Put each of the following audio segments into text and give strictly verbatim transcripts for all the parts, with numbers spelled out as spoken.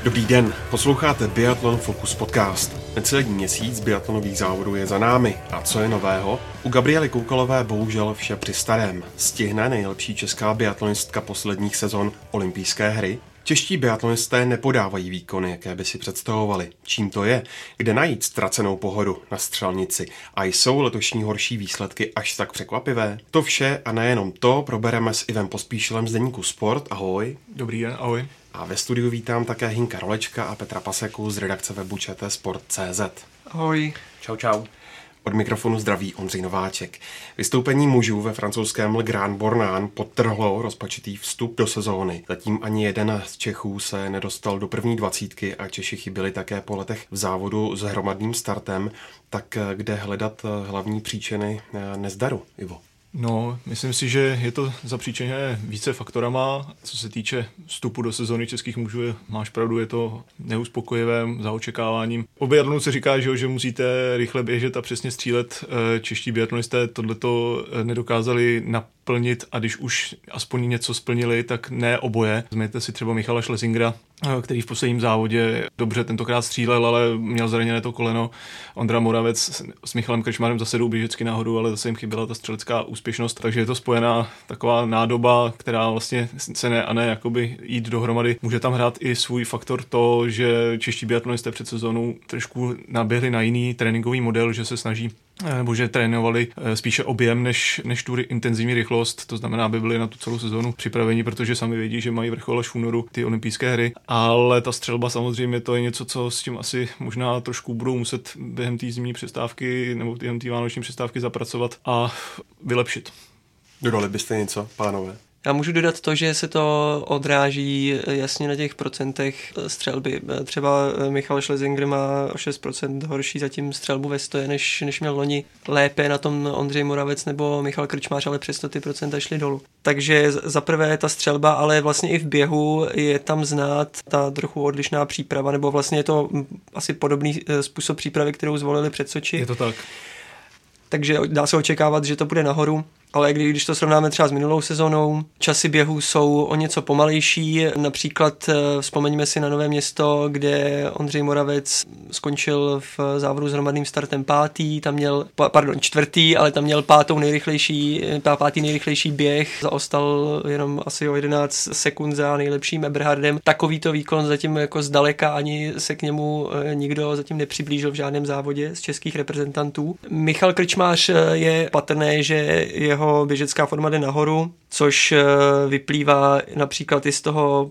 Dobrý den, posloucháte Biathlon Focus podcast. Necelý měsíc biatlonových závodů je za námi. A co je nového? U Gabriely Koukalové bohužel vše při starém. Stihne nejlepší česká biatlonistka posledních sezon olympijské hry? Čeští biatlonisté nepodávají výkony, jaké by si představovali. Čím to je? Kde najít ztracenou pohodu na střelnici? A jsou letošní horší výsledky až tak překvapivé? To vše a nejenom to probereme s Ivem Pospíšilem z deníku Sport. Ahoj. Dobrý den, ahoj. A ve studiu vítám také Hinka Rolečka a Petra Paseku z redakce webu čtsport tečka cé zet. Ahoj. Čau, čau. Od mikrofonu zdraví Ondřej Nováček. Vystoupení mužů ve francouzském Le Grand Bornand podtrhlo rozpačitý vstup do sezóny. Zatím ani jeden z Čechů se nedostal do první dvacítky a Češi chyběli také po letech v závodu s hromadným startem. Tak kde hledat hlavní příčiny nezdaru, Ivo? No, myslím si, že je to zapříčené více faktorama. Co se týče vstupu do sezóny českých mužů, máš pravdu, je to neuspokojivé za očekáváním. O biatlonu se říká, že, že musíte rychle běžet a přesně střílet. Čeští biatlonisté tohleto nedokázali naplnit a když už aspoň něco splnili, tak ne oboje. Vezměte si třeba Michala Schlesingera, který v posledním závodě dobře tentokrát střílel, ale měl zraněné to koleno. Ondra Moravec s Michalem Krčmárem zase jdou běžecky nahoru, ale zase jim chyběla ta střelecká úspěšnost, takže je to spojená taková nádoba, která vlastně se ne a ne jakoby jít dohromady. Může tam hrát i svůj faktor to, že čeští biatlonisté před sezónou trošku naběhli na jiný tréninkový model, že se snaží nebo že trénovali spíše objem než, než tu intenzivní rychlost, to znamená, aby byli na tu celou sezónu připraveni, protože sami vědí, že mají vrchol až v únoru ty olympijské hry, ale ta střelba samozřejmě to je něco, co s tím asi možná trošku budou muset během té zimní přestávky nebo během té vánoční přestávky zapracovat a vylepšit. Dodali byste něco, pánové? Já můžu dodat to, že se to odráží jasně na těch procentech střelby. Třeba Michal Schlesinger má o šest procent horší zatím střelbu ve stoje, než, než měl loni. Lépe na tom Ondřej Moravec nebo Michal Krčmář, ale přesto ty procenta šly dolů. Takže za prvé ta střelba, ale vlastně i v běhu je tam znát ta trochu odlišná příprava, nebo vlastně je to asi podobný způsob přípravy, kterou zvolili před Soči. Je to tak. Takže dá se očekávat, že to bude nahoru. Ale když to srovnáme třeba s minulou sezónou, časy běhu jsou o něco pomalejší. Například vzpomeňme si na Nové Město, kde Ondřej Moravec skončil v závodu s hromadným startem pátý, tam měl, pardon, čtvrtý, ale tam měl pátou nejrychlejší, pátý nejrychlejší běh, zaostal jenom asi o jedenáct sekund za nejlepším Eberhardem. Takovýto výkon zatím jako zdaleka ani se k němu nikdo zatím nepřiblížil v žádném závodě z českých reprezentantů. Michal Krčmář je patrné, že jeho jeho běžecká forma jde nahoru, což vyplývá například i z toho,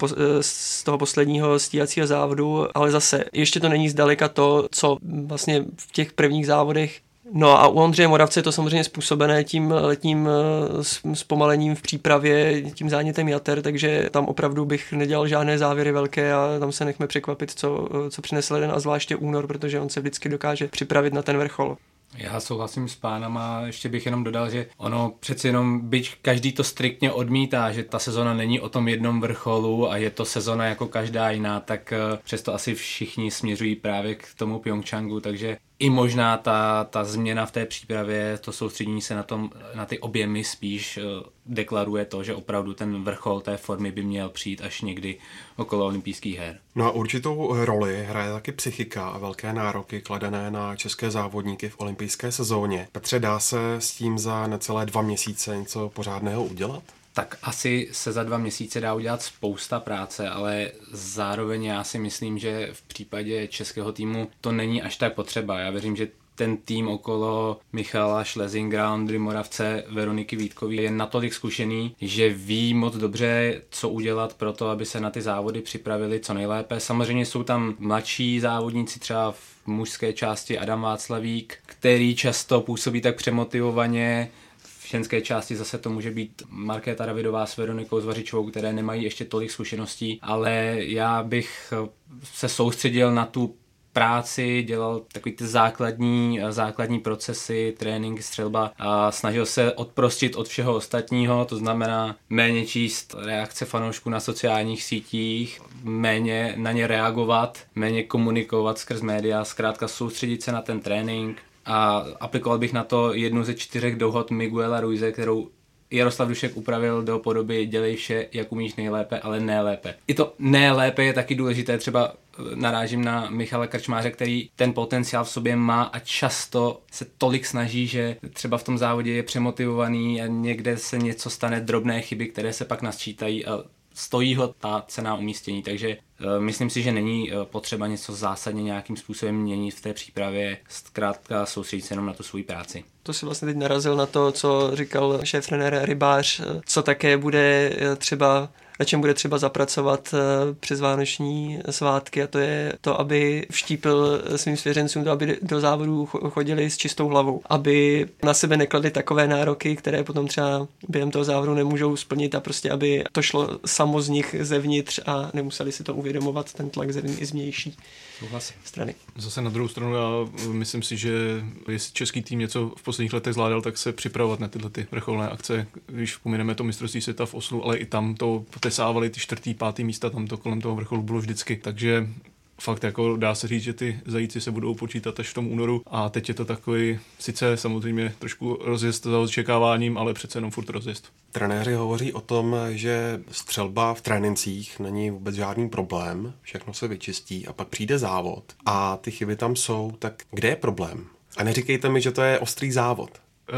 z toho posledního stíhacího závodu, ale zase ještě to není zdaleka to, co vlastně v těch prvních závodech. No a u Ondřeje Moravce je to samozřejmě způsobené tím letním zpomalením v přípravě, tím zánětem jater, takže tam opravdu bych nedělal žádné závěry velké a tam se nechme překvapit, co, co přinesl leden a zvláště únor, protože on se vždycky dokáže připravit na ten vrchol. Já souhlasím s pánama, ještě bych jenom dodal, že ono přeci jenom, byť každý to striktně odmítá, že ta sezona není o tom jednom vrcholu a je to sezona jako každá jiná, tak přesto asi všichni směřují právě k tomu Pyeongchangu, takže i možná ta, ta změna v té přípravě, to soustředění se na, tom, na ty objemy spíš deklaruje to, že opravdu ten vrchol té formy by měl přijít až někdy okolo olympijských her. No a určitou roli hraje taky psychika a velké nároky kladené na české závodníky v olympijské sezóně. Petře, dá se s tím za necelé dva měsíce něco pořádného udělat? Tak asi se za dva měsíce dá udělat spousta práce, ale zároveň já si myslím, že v případě českého týmu to není až tak potřeba. Já věřím, že ten tým okolo Michala Schlesingera, Ondry Moravce, Veroniky Vítkový je natolik zkušený, že ví moc dobře, co udělat pro to, aby se na ty závody připravili co nejlépe. Samozřejmě jsou tam mladší závodníci, třeba v mužské části Adam Václavík, který často působí tak přemotivovaně. V ženské části zase to může být Markéta Davidová s Veronikou Zvařičovou, které nemají ještě tolik zkušeností, ale já bych se soustředil na tu práci, dělal takový ty základní, základní procesy, trénink, střelba a snažil se odprostit od všeho ostatního, to znamená méně číst reakce fanoušků na sociálních sítích, méně na ně reagovat, méně komunikovat skrz média, zkrátka soustředit se na ten trénink a aplikoval bych na to jednu ze čtyřech dohod Miguela Ruize, kterou Jaroslav Dušek upravil do podoby dělej vše, jak umíš nejlépe, ale ne lépe. I to ne lépe je taky důležité, třeba narážím na Michala Krčmáře, který ten potenciál v sobě má a často se tolik snaží, že třeba v tom závodě je přemotivovaný a někde se něco stane, drobné chyby, které se pak nasčítají a stojí ho ta cena umístění, takže uh, myslím si, že není uh, potřeba něco zásadně nějakým způsobem měnit v té přípravě, zkrátka soustředit se jenom na tu svou práci. To si vlastně teď narazil na to, co říkal šéf-trenér Rybář, co také bude třeba, na čem bude třeba zapracovat přes vánoční svátky, a to je to, aby vštípil svým svěřencům to, aby do závodů chodili s čistou hlavou, aby na sebe nekladli takové nároky, které potom třeba během toho závodu nemůžou splnit, a prostě aby to šlo samo z nich zevnitř a nemuseli si to uvědomovat, ten tlak zevnitř i z vnější strany. Zase na druhou stranu já myslím si, že jestli český tým něco v posledních letech zvládal, tak se připravovat na tyhle ty vrcholné akce. Když pomineme to mistrovství světa v Oslu, ale i tam to potesávali ty čtvrtý, pátý místa, tam to kolem toho vrcholu bylo vždycky. Takže fakt jako dá se říct, že ty zajíci se budou počítat až v tom únoru, a teď je to takový, sice samozřejmě trošku rozjezd za očekáváním, ale přece jenom furt rozjezd. Trenéři hovoří o tom, že střelba v trénincích není vůbec žádný problém, všechno se vyčistí a pak přijde závod a ty chyby tam jsou, tak kde je problém? A neříkejte mi, že to je ostrý závod.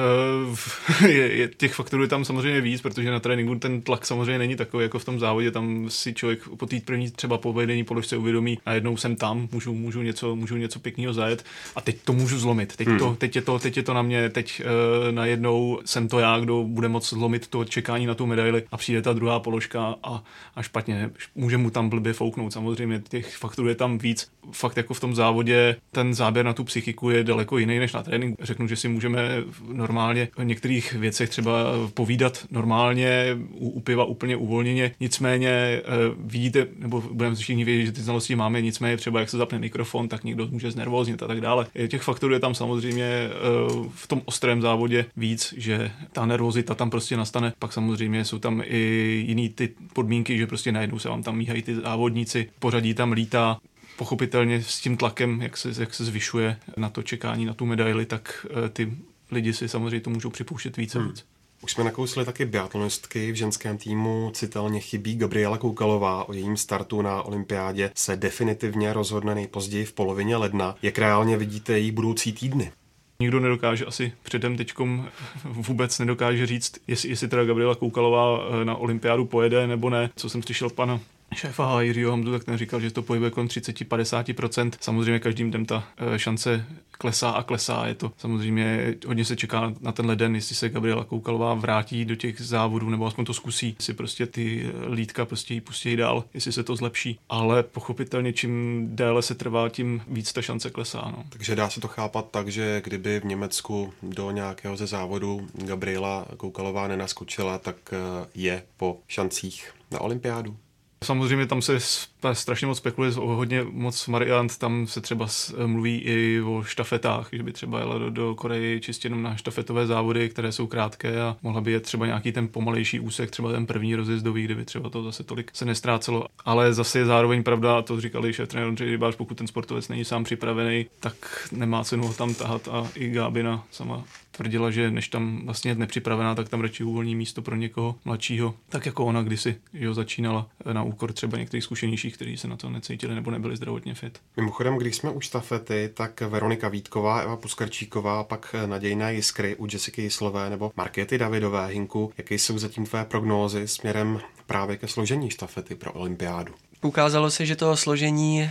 Uh, je, je, těch faktorů je tam samozřejmě víc, protože na tréninku ten tlak samozřejmě není takový jako v tom závodě, tam si člověk po té první třeba po vedení položce uvědomí, a jednou jsem tam, můžu, můžu, něco, můžu něco pěkného zajet a teď to můžu zlomit, teď, hmm. to, teď, je, to, teď je to na mě, teď uh, najednou jsem to já, kdo bude moc zlomit to čekání na tu medaili, a přijde ta druhá položka a, a špatně, může mu tam blbě fouknout, samozřejmě těch faktorů je tam víc, fakt jako v tom závodě ten záběr na tu psychiku je daleko jiný než na tréninku. Řeknu, že si můžeme normálně o některých věcech třeba povídat normálně, u, u piva úplně uvolněně, nicméně e, vidíte, nebo budeme všichni vědět, že ty znalosti máme, nicméně třeba jak se zapne mikrofon, tak někdo může znervóznit a tak dále. Těch faktorů je tam samozřejmě e, v tom ostrém závodě víc, že ta nervozita tam prostě nastane, pak samozřejmě jsou tam i jiný ty podmínky, že prostě najednou se vám tam míhají ty závodníci, pořadí tam lítá. Pochopitelně s tím tlakem, jak se, jak se zvyšuje na to čekání na tu medaili, tak e, ty lidi si samozřejmě to můžou připouštět víc a víc. Hmm. Už jsme nakousli taky biatlonistky, v ženském týmu citelně chybí Gabriela Koukalová, o jejím startu na olympiádě se definitivně rozhodne nejpozději v polovině ledna. Jak reálně vidíte její budoucí týdny? Nikdo nedokáže asi předem teďkom vůbec nedokáže říct, jestli, jestli teda Gabriela Koukalová na olympiádu pojede nebo ne. Co jsem slyšel pana šéfa Jiřího Hamdu, tak ten říkal, že to pohybuje kolem třicet až padesát procent. Samozřejmě každým dnem ta šance klesá a klesá. Je to samozřejmě, hodně se čeká na ten leden, jestli se Gabriela Koukalová vrátí do těch závodů, nebo aspoň to zkusí, si prostě ty lítka prostě jí pustí dál, jestli se to zlepší. Ale pochopitelně, čím déle se trvá, tím víc ta šance klesá. No. Takže dá se to chápat tak, že kdyby v Německu do nějakého ze závodů Gabriela Koukalová nenaskočila, tak je po šancích na olympiádu. Samozřejmě tam se strašně moc spekuluje o hodně moc variant, tam se třeba mluví i o štafetách, že by třeba jela do, do Koreji čistě jenom na štafetové závody, které jsou krátké, a mohla by jet třeba nějaký ten pomalejší úsek, třeba ten první rozjezdový, kde by třeba to zase tolik se nestrácelo. Ale zase je zároveň pravda, a to říkali šéf-trenér Ondřej Rybář, pokud ten sportovec není sám připravený, tak nemá cenu ho tam tahat, a i Gábina sama tvrdila, že než tam vlastně je nepřipravená, tak tam radši uvolní místo pro někoho mladšího, tak jako ona kdysi jo, začínala na úkor třeba některých zkušenějších, kteří se na to necítili nebo nebyli zdravotně fit. Mimochodem, když jsme u štafety, tak Veronika Vítková, Eva Puskarčíková, pak nadějné jiskry u Jessiky Jislové nebo Markéty Davidové. Hinku, jaké jsou zatím tvé prognózy směrem právě ke složení štafety pro olympiádu? Ukázalo se, že to složení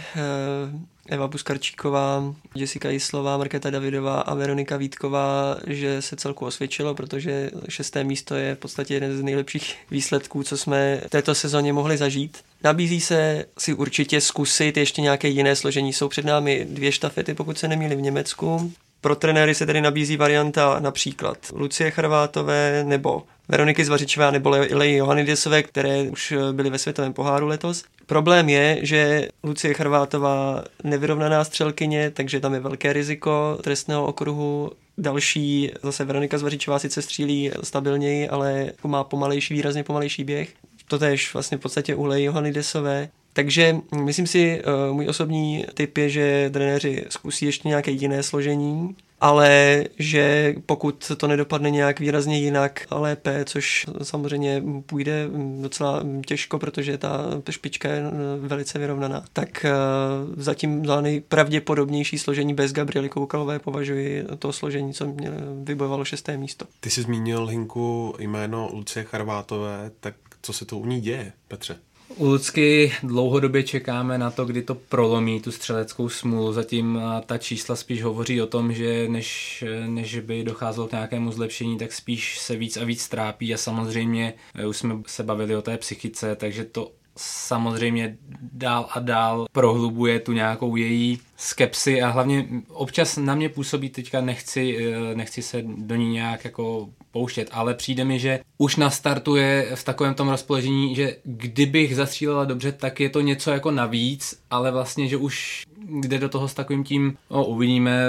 Eva Puskarčíková, Jessica Jislová, Markéta Davidová a Veronika Vítková, že se celku osvědčilo, protože šesté místo je v podstatě jeden z nejlepších výsledků, co jsme v této sezóně mohli zažít. Nabízí se si určitě zkusit ještě nějaké jiné složení. Jsou před námi dvě štafety, pokud se nemýlím, v Německu. Pro trenéry se tedy nabízí varianta například Lucie Charvátové nebo Veroniky Zvařičové nebo Leji Johannidisové, které už byly ve světovém poháru letos. Problém je, že Lucie Charvátová nevyrovnaná střelkyně, takže tam je velké riziko trestného okruhu. Další, zase Veronika Zvařičová sice střílí stabilněji, ale má pomalejší, výrazně pomalejší běh. Totéž vlastně v podstatě u Leji Johannidisové. Takže myslím si, můj osobní tip je, že trenéři zkusí ještě nějaké jiné složení. ale že pokud to nedopadne nějak výrazně jinak a lépe, což samozřejmě půjde docela těžko, protože ta špička je velice vyrovnaná, tak zatím za nejpravděpodobnější složení bez Gabriely Koukalové považuji to složení, co mě vybojovalo šesté místo. Ty jsi zmínil, Hinku, jméno Lucie Charvátové, tak co se to u ní děje, Petře? U Lucky dlouhodobě čekáme na to, kdy to prolomí tu střeleckou smůlu. Zatím ta čísla spíš hovoří o tom, že než, než by docházelo k nějakému zlepšení, tak spíš se víc a víc trápí a samozřejmě už jsme se bavili o té psychice, takže to samozřejmě dál a dál prohlubuje tu nějakou její skepsi a hlavně občas na mě působí, teďka nechci, nechci se do ní nějak jako pouštět, ale přijde mi, že už nastartuje v takovém tom rozpoložení, že kdybych zastřílela dobře, tak je to něco jako navíc, ale vlastně, že už jde do toho s takovým tím, no, uvidíme,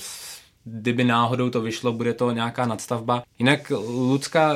kdyby náhodou to vyšlo, bude to nějaká nadstavba. Jinak Lucka,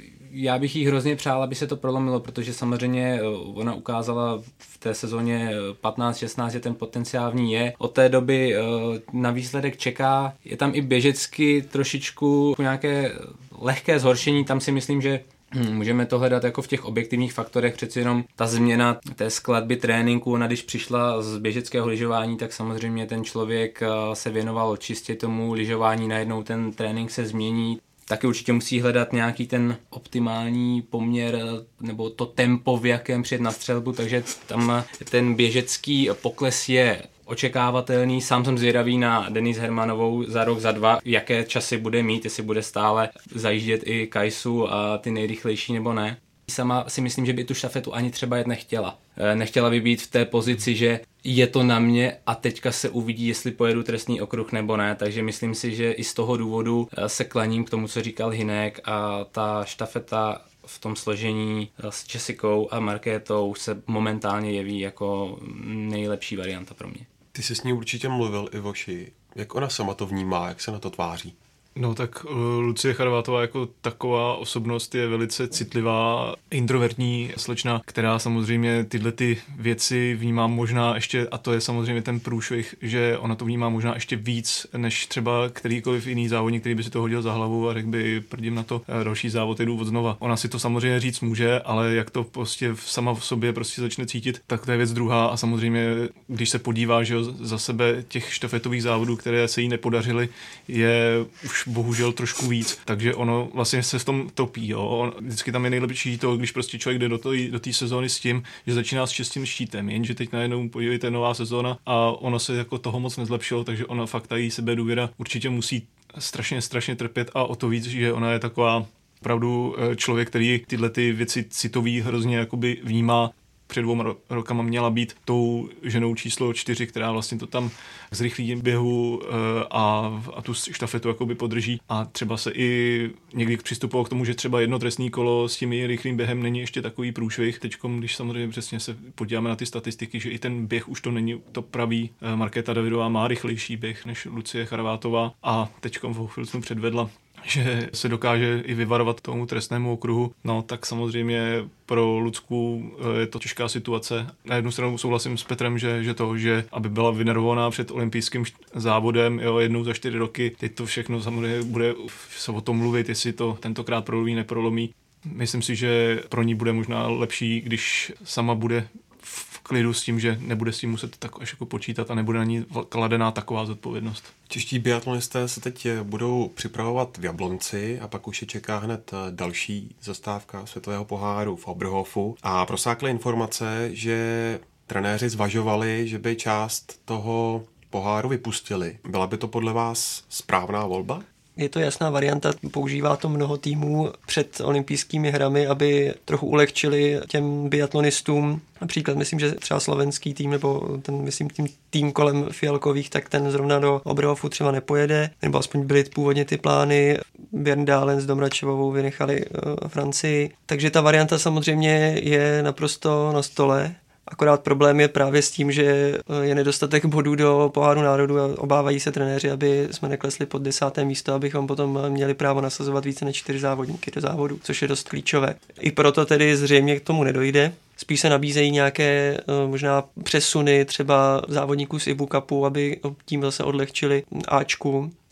já bych jí hrozně přál, aby se to prolomilo, protože samozřejmě ona ukázala v té sezóně patnáct šestnáct, že ten potenciál v ní je. Od té doby na výsledek čeká, je tam i běžecky trošičku nějaké lehké zhoršení, tam si myslím, že můžeme to hledat jako v těch objektivních faktorech, přeci jenom ta změna té skladby tréninku, ona když přišla z běžeckého lyžování, tak samozřejmě ten člověk se věnoval čistě tomu lyžování, najednou ten trénink se změní. Taky určitě musí hledat nějaký ten optimální poměr nebo to tempo, v jakém přijet na střelbu, takže tam ten běžecký pokles je očekávatelný. Sám jsem zvědavý na Denise Hermanovou za rok, za dva, jaké časy bude mít, jestli bude stále zajíždět i Kajsu a ty nejrychlejší nebo ne. Sama si myslím, že by tu štafetu ani třeba jet nechtěla. Nechtěla by být v té pozici, že je to na mě a teďka se uvidí, jestli pojedu trestný okruh nebo ne, takže myslím si, že i z toho důvodu se klaním k tomu, co říkal Hynek a ta štafeta v tom složení s Jessicou a Markétou se momentálně jeví jako nejlepší varianta pro mě. Ty jsi s ní určitě mluvil, Ivoši. Jak ona sama to vnímá, jak se na to tváří? No tak uh, Lucie Charvátová jako taková osobnost je velice citlivá, introvertní slečna, která samozřejmě tyhle ty věci vnímá možná ještě, a to je samozřejmě ten průšvih, že ona to vnímá možná ještě víc, než třeba kterýkoliv jiný závodník, který by si to hodil za hlavu a řekl by, prdím na to, další závod jdu od znova. Ona si to samozřejmě říct může, ale jak to prostě sama v sobě prostě začne cítit, tak to je věc druhá a samozřejmě, když se podívá, že za sebe těch štafetových závodů, které se jí nepodařily, je už bohužel trošku víc, takže ono vlastně se v tom topí. Jo. Vždycky tam je nejlepší to, když prostě člověk jde do té do té sezóny s tím, že začíná s čistým štítem, jenže teď najednou podívejte nová sezóna a ono se jako toho moc nezlepšilo, takže ona fakt ta její sebedůvěra určitě musí strašně, strašně trpět a o to víc, že ona je taková opravdu člověk, který tyhle ty věci citový hrozně jakoby vnímá. Před dvouma rokama měla být tou ženou číslo čtyři, která vlastně to tam zrychlí běhu a, a tu štafetu jakoby podrží a třeba se i někdy přistupovalo k tomu, že třeba jedno trestní kolo s tím rychlým během není ještě takový průšvih. Teďkom, když samozřejmě přesně se podíváme na ty statistiky, že i ten běh už to není to pravý. Markéta Davidová má rychlejší běh než Lucie Charvátová a teďkom v Hochfilzu předvedla, že se dokáže i vyvarovat tomu trestnému okruhu, no tak samozřejmě pro Lucku je to těžká situace. Na jednu stranu souhlasím s Petrem, že, že to, že aby byla vynervovaná před olympijským závodem, jo, jednou za čtyři roky, teď to všechno samozřejmě bude se o tom mluvit, jestli to tentokrát prolomí, neprolomí. Myslím si, že pro ní bude možná lepší, když sama bude v klidu s tím, že nebude s tím muset tak až jako počítat a nebude na ní kladená taková zodpovědnost. Čeští biatlonisté se teď budou připravovat v Jablonci a pak už je čeká hned další zastávka světového poháru v Oberhofu a prosákly informace, že trenéři zvažovali, že by část toho poháru vypustili. Byla by to podle vás správná volba? Je to jasná varianta, používá to mnoho týmů před olympijskými hrami, aby trochu ulehčili těm biatlonistům. Například myslím, že třeba slovenský tým nebo ten, myslím, tým, tým kolem Fialkových, tak ten zrovna do Oberhofu třeba nepojede, nebo aspoň byly původně ty plány. Björn Dahlem s Domračevovou vynechali uh, Francii. Takže ta varianta samozřejmě je naprosto na stole. Akorát problém je právě s tím, že je nedostatek bodů do poháru národů a obávají se trenéři, aby jsme neklesli pod desáté místo, abychom potom měli právo nasazovat více než čtyři závodníky do závodu, což je dost klíčové. I proto tedy zřejmě k tomu nedojde. Spíš se nabízejí nějaké možná přesuny třeba závodníků z Ibu Cupu, aby tím zase odlehčili Ačku,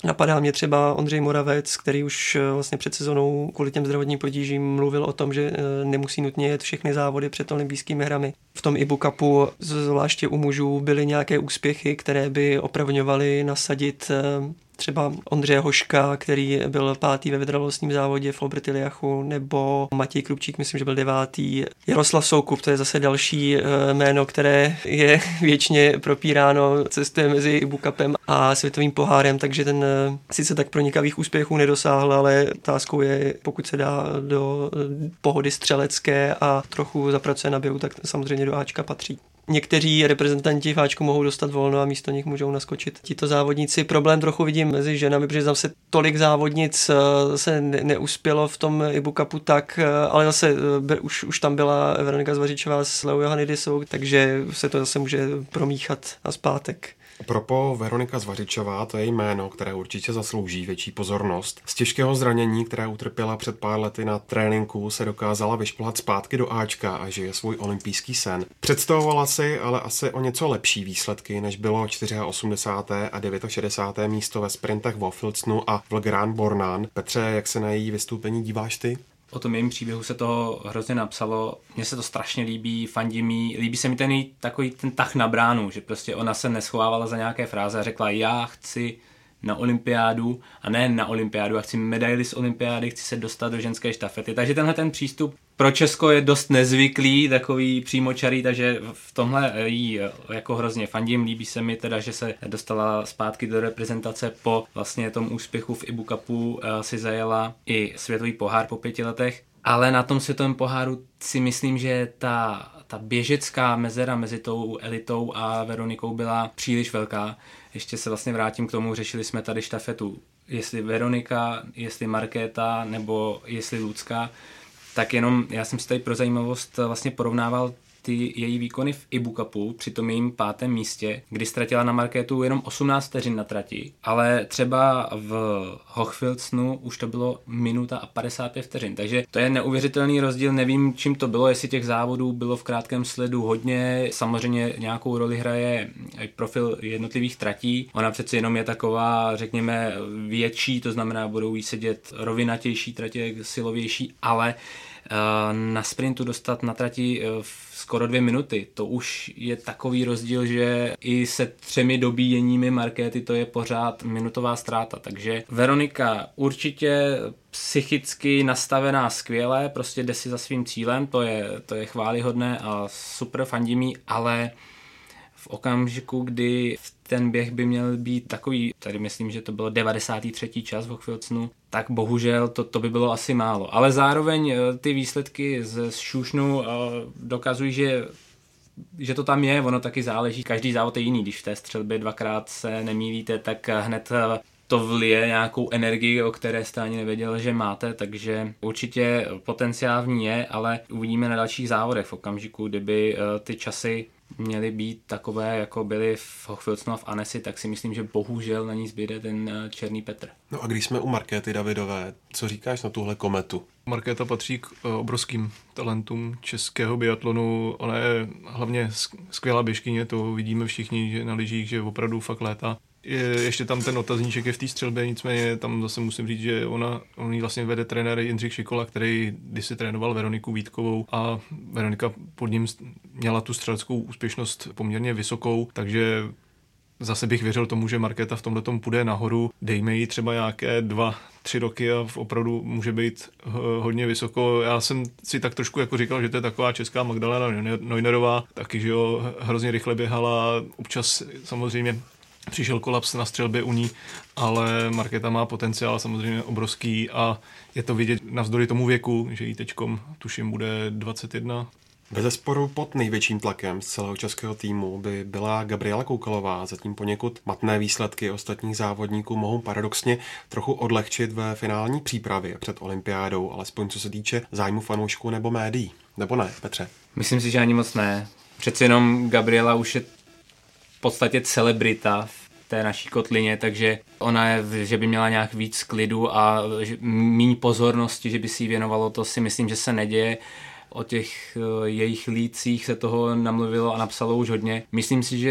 Napadá mě třeba Ondřej Moravec, který už vlastně před sezónou kvůli těm zdravotním potížím mluvil o tom, že nemusí nutně jet všechny závody před olympijskými hrami. V tom I B U Cupu, zvláště u mužů, byly nějaké úspěchy, které by opravňovaly nasadit třeba Ondřeje Hoška, který byl pátý ve vytrvalostním závodě v Obrtiliachu, nebo Matěj Krupčík, myslím, že byl devátý. Jaroslav Soukup, to je zase další jméno, které je věčně propíráno, cestuje mezi I B U Cupem a světovým pohárem, takže ten sice tak pronikavých úspěchů nedosáhl, ale otázkou je, pokud se dá do pohody střelecké a trochu zapracuje na běhu, tak samozřejmě do Ačka patří. Někteří reprezentanti v Ačku mohou dostat volno a místo nich můžou naskočit tito závodníci. Problém trochu vidím mezi ženami, protože zase tolik závodnic se ne- neuspělo v tom I B U Cupu tak, ale zase už, už tam byla Veronika Zvařičová s Leou Johanidisou, takže se to zase může promíchat na zpátek. Propo Veronika Zvařičová, to je jméno, které určitě zaslouží větší pozornost. Z těžkého zranění, které utrpěla před pár lety na tréninku, se dokázala vyšplhat zpátky do Ačka a žije svůj olympijský sen. Představovala si ale asi o něco lepší výsledky, než bylo osmdesátého čtvrtého a šedesátého devátého místo ve sprintech v Filcnu a v Grand Bornán. Petře, jak se na její vystoupení díváš ty? O tom jejím příběhu se toho hrozně napsalo. Mně se to strašně líbí, fandím jí. Líbí se mi ten její takový ten tah na bránu, že prostě ona se neschovávala za nějaké fráze a řekla, já chci na olympiádu a ne na olympiádu, já chci medaili z olympiády, chci se dostat do ženské štafety. Takže tenhle ten přístup pro Česko je dost nezvyklý, takový přímočarý, takže v tomhle jí jako hrozně fandím. Líbí se mi teda, že se dostala zpátky do reprezentace po vlastně tom úspěchu v I B U Cupu, si zajela i světový pohár po pěti letech. Ale na tom světovém poháru si myslím, že ta, ta běžecká mezera mezi tou elitou a Veronikou byla příliš velká. Ještě se vlastně vrátím k tomu, řešili jsme tady štafetu. Jestli Veronika, jestli Markéta nebo jestli Lucka, tak jenom já jsem si tady pro zajímavost vlastně porovnával ty její výkony v I B U Cupu při tom jejím pátém místě, kdy ztratila na Markétu jenom osmnáct vteřin na trati, ale třeba v Hochfilzenu už to bylo minuta a padesát pět vteřin, takže to je neuvěřitelný rozdíl, nevím, čím to bylo, jestli těch závodů bylo v krátkém sledu hodně, samozřejmě nějakou roli hraje profil jednotlivých tratí, ona přece jenom je taková, řekněme, větší, to znamená, budou jí sedět rovinatější tratě, silovější, ale na sprintu dostat na trati v skoro dvě minuty. To už je takový rozdíl, že i se třemi dobíjeními Markéty to je pořád minutová ztráta. Takže Veronika určitě psychicky nastavená skvěle, prostě jde si za svým cílem, to je, to je chválihodné a super, fandím jí, ale v okamžiku, kdy ten běh by měl být takový, tady myslím, že to bylo devadesátý třetí čas v Hochfilzenu, tak bohužel to, to by bylo asi málo. Ale zároveň ty výsledky z Šušnu dokazují, že, že to tam je, ono taky záleží, každý závod je jiný, když v té střelbě dvakrát se nemýlíte, tak hned to vlije nějakou energii, o které jste ani nevěděl, že máte, takže určitě potenciál v ní je, ale uvidíme na dalších závodech v okamžiku, kdyby ty časy měly být takové, jako byly v Hochfilzenu a v Annecy, tak si myslím, že bohužel na ní zbyde ten černý Petr. No a když jsme u Markéty Davidové, co říkáš na tuhle kometu? Markéta patří k obrovským talentům českého biatlonu. Ona je hlavně skvělá běžkyně, to vidíme všichni, že na lyžích, že opravdu fakt létá. Je, ještě tam ten otazníček je v té střelbě, nicméně tam zase musím říct, že ona, on jí vlastně vede trenér Jindřich Šikola, který kdysi trénoval Veroniku Vítkovou a Veronika pod ním měla tu střeleckou úspěšnost poměrně vysokou, takže zase bych věřil tomu, že Markéta v tomhletom půjde nahoru, dejme jí třeba nějaké dva, tři roky a opravdu může být hodně vysoko. Já jsem si tak trošku jako říkal, že to je taková česká Magdalena Neunerová, taky, že jo, hrozně rychle běhala, občas samozřejmě přišel kolaps na střelbě u ní, ale Markéta má potenciál samozřejmě obrovský a je to vidět navzdory tomu věku, že jí teďkom, tuším, bude dvacet jedna. Bezesporu pod největším tlakem z celého českého týmu by byla Gabriela Koukalová, zatím poněkud matné výsledky ostatních závodníků mohou paradoxně trochu odlehčit ve finální přípravě před olympiádou, alespoň co se týče zájmu fanoušků nebo médií. Nebo ne, Petře? Myslím si, že ani moc ne. Přeci jenom Gabriela už je v podstatě celebrita v té naší kotlině, takže ona je, že by měla nějak víc klidu a míň pozornosti, že by si jí věnovalo, to si myslím, že se neděje. O těch jejich lících se toho namluvilo a napsalo už hodně. Myslím si, že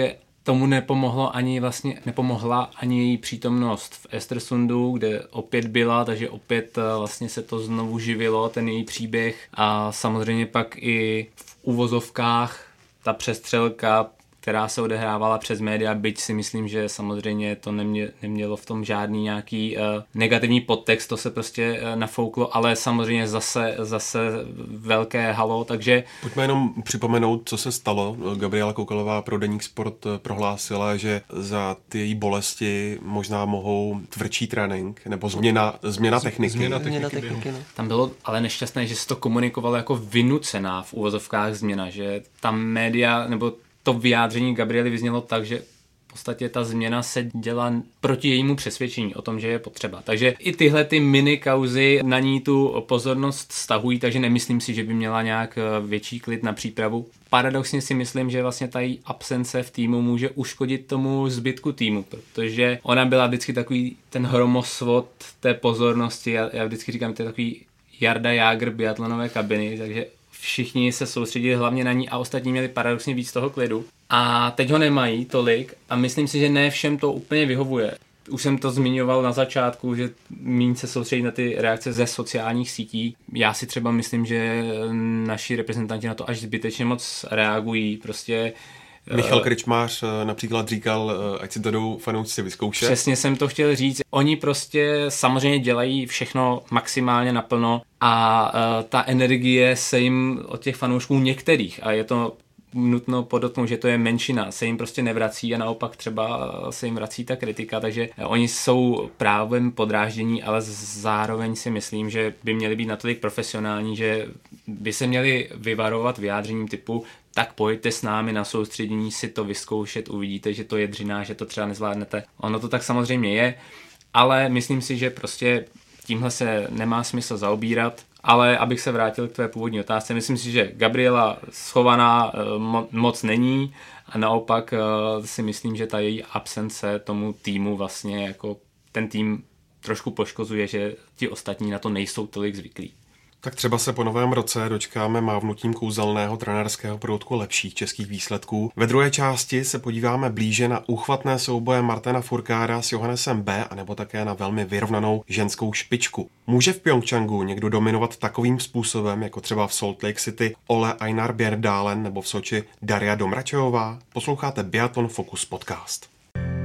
tomu nepomohlo ani vlastně, nepomohla ani její přítomnost v Östersundu, kde opět byla, takže opět vlastně se to znovu živilo, ten její příběh a samozřejmě pak i v uvozovkách ta přestřelka, která se odehrávala přes média, byť si myslím, že samozřejmě to nemě, nemělo v tom žádný nějaký uh, negativní podtext, to se prostě uh, nafouklo, ale samozřejmě zase, zase velké halo, takže... Pojďme jenom připomenout, co se stalo. Gabriela Koukalová pro Deník Sport prohlásila, že za ty její bolesti možná mohou tvrdší trénink, nebo změna, změna techniky. Změna techniky, změna techniky no. Tam bylo ale nešťastné, že se to komunikovalo jako vynucená v uvozovkách změna, že tam média, nebo to vyjádření Gabriely vyznělo tak, že v podstatě ta změna se dělá proti jejímu přesvědčení o tom, že je potřeba. Takže i tyhle ty mini kauzy na ní tu pozornost stahují, takže nemyslím si, že by měla nějak větší klid na přípravu. Paradoxně si myslím, že vlastně ta její absence v týmu může uškodit tomu zbytku týmu, protože ona byla vždycky takový ten hromosvod té pozornosti. Já, já vždycky říkám, že to je takový Jarda Jágr biatlonové kabiny, takže všichni se soustředili hlavně na ní a ostatní měli paradoxně víc toho klidu. A teď ho nemají tolik a myslím si, že ne všem to úplně vyhovuje. Už jsem to zmiňoval na začátku, že míň se soustředí na ty reakce ze sociálních sítí. Já si třeba myslím, že naši reprezentanti na to až zbytečně moc reagují. Prostě Michal Krčmář například říkal, ať si to jdou fanoušci vyzkoušet. Přesně jsem to chtěl říct. Oni prostě samozřejmě dělají všechno maximálně naplno a uh, ta energie se jim od těch fanoušků některých, a je to nutno podotknout, že to je menšina, se jim prostě nevrací a naopak třeba se jim vrací ta kritika, takže oni jsou právem podráždění, ale zároveň si myslím, že by měli být natolik profesionální, že by se měli vyvarovat vyjádřením typu tak pojďte s námi na soustředění si to vyzkoušet, uvidíte, že to je dřina, že to třeba nezvládnete. Ono to tak samozřejmě je, ale myslím si, že prostě tímhle se nemá smysl zaobírat. Ale abych se vrátil k tvé původní otázce, myslím si, že Gabriela schovaná mo- moc není a naopak si myslím, že ta její absence tomu týmu vlastně jako ten tým trošku poškozuje, že ti ostatní na to nejsou tolik zvyklí. Tak třeba se po novém roce dočkáme mávnutím kouzelného trenérského proutku lepších českých výsledků. Ve druhé části se podíváme blíže na úchvatné souboje Martina Furkáda s Johannesem B. anebo také na velmi vyrovnanou ženskou špičku. Může v Pyeongchangu někdo dominovat takovým způsobem, jako třeba v Salt Lake City Ole Einar Bjerdalen nebo v Soči Daria Domrachevová? Posloucháte Biathlon Focus podcast.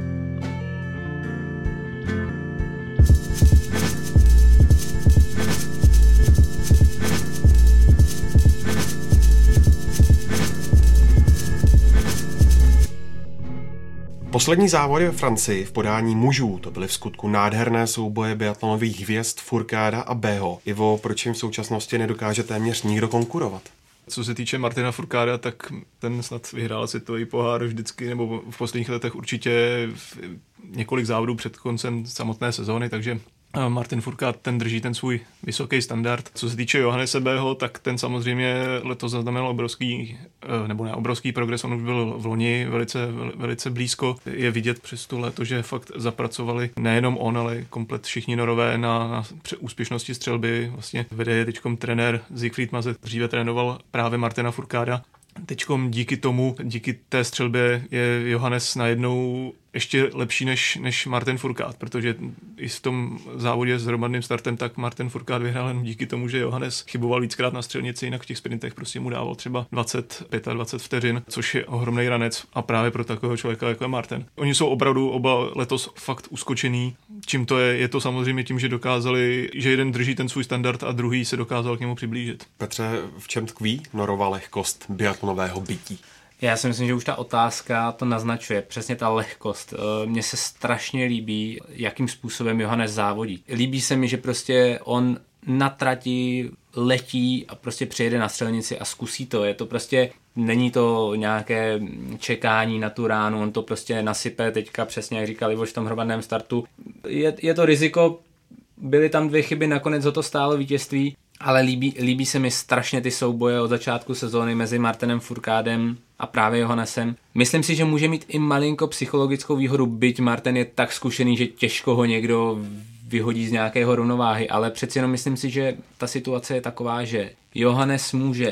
Poslední závody ve Francii v podání mužů, to byly v skutku nádherné souboje biatlonových hvězd Furkáda a Bého. Ivo, proč jim v současnosti nedokáže téměř nikdo konkurovat? Co se týče Martina Furkáda, tak ten snad vyhrál světový pohár vždycky, nebo v posledních letech určitě několik závodů před koncem samotné sezóny, takže Martin Furkád ten drží ten svůj vysoký standard. Co se týče Johannese Bého, tak ten samozřejmě letos zaznamenal obrovský, nebo ne obrovský progres, on už byl v loni velice, velice blízko. Je vidět přes to léto, že fakt zapracovali nejenom on, ale komplet všichni Norové na, na úspěšnosti střelby. Vlastně vede je teďkom trenér Siegfried Mazet, dříve trénoval právě Martina Furkáda. Teďkom díky tomu, díky té střelbě je Johannes najednou ještě lepší než, než Martin Furkád, protože i v tom závodě s hromadným startem tak Martin Furkád vyhrál jen díky tomu, že Johannes chyboval víckrát na střelnici, jinak v těch sprintech prostě mu dával třeba dvacet, dvacet pět vteřin, což je ohromný ranec a právě pro takového člověka jako je Martin. Oni jsou opravdu oba letos fakt uskočený. Čím to je? Je to samozřejmě tím, že dokázali, že jeden drží ten svůj standard a druhý se dokázal k němu přiblížit. Petře, v čem tkví Norova lehkost biatlonového bytí? Já si myslím, že už ta otázka to naznačuje, přesně ta lehkost. Mně se strašně líbí, jakým způsobem Johannes závodí. Líbí se mi, že prostě on na trati letí a prostě přijede na střelnici a zkusí to. Je to prostě, není to nějaké čekání na tu ránu, on to prostě nasype teďka přesně, jak říkal Ivoš v tom hromadném startu. Je, je to riziko, byly tam dvě chyby, nakonec ho to stálo vítězství, ale líbí, líbí se mi strašně ty souboje od začátku sezóny mezi Martinem Furkádem a právě Johannesem. Myslím si, že může mít i malinko psychologickou výhodu, byť Martin je tak zkušený, že těžko ho někdo vyhodí z nějakého rovnováhy, ale přeci jenom myslím si, že ta situace je taková, že Johannes může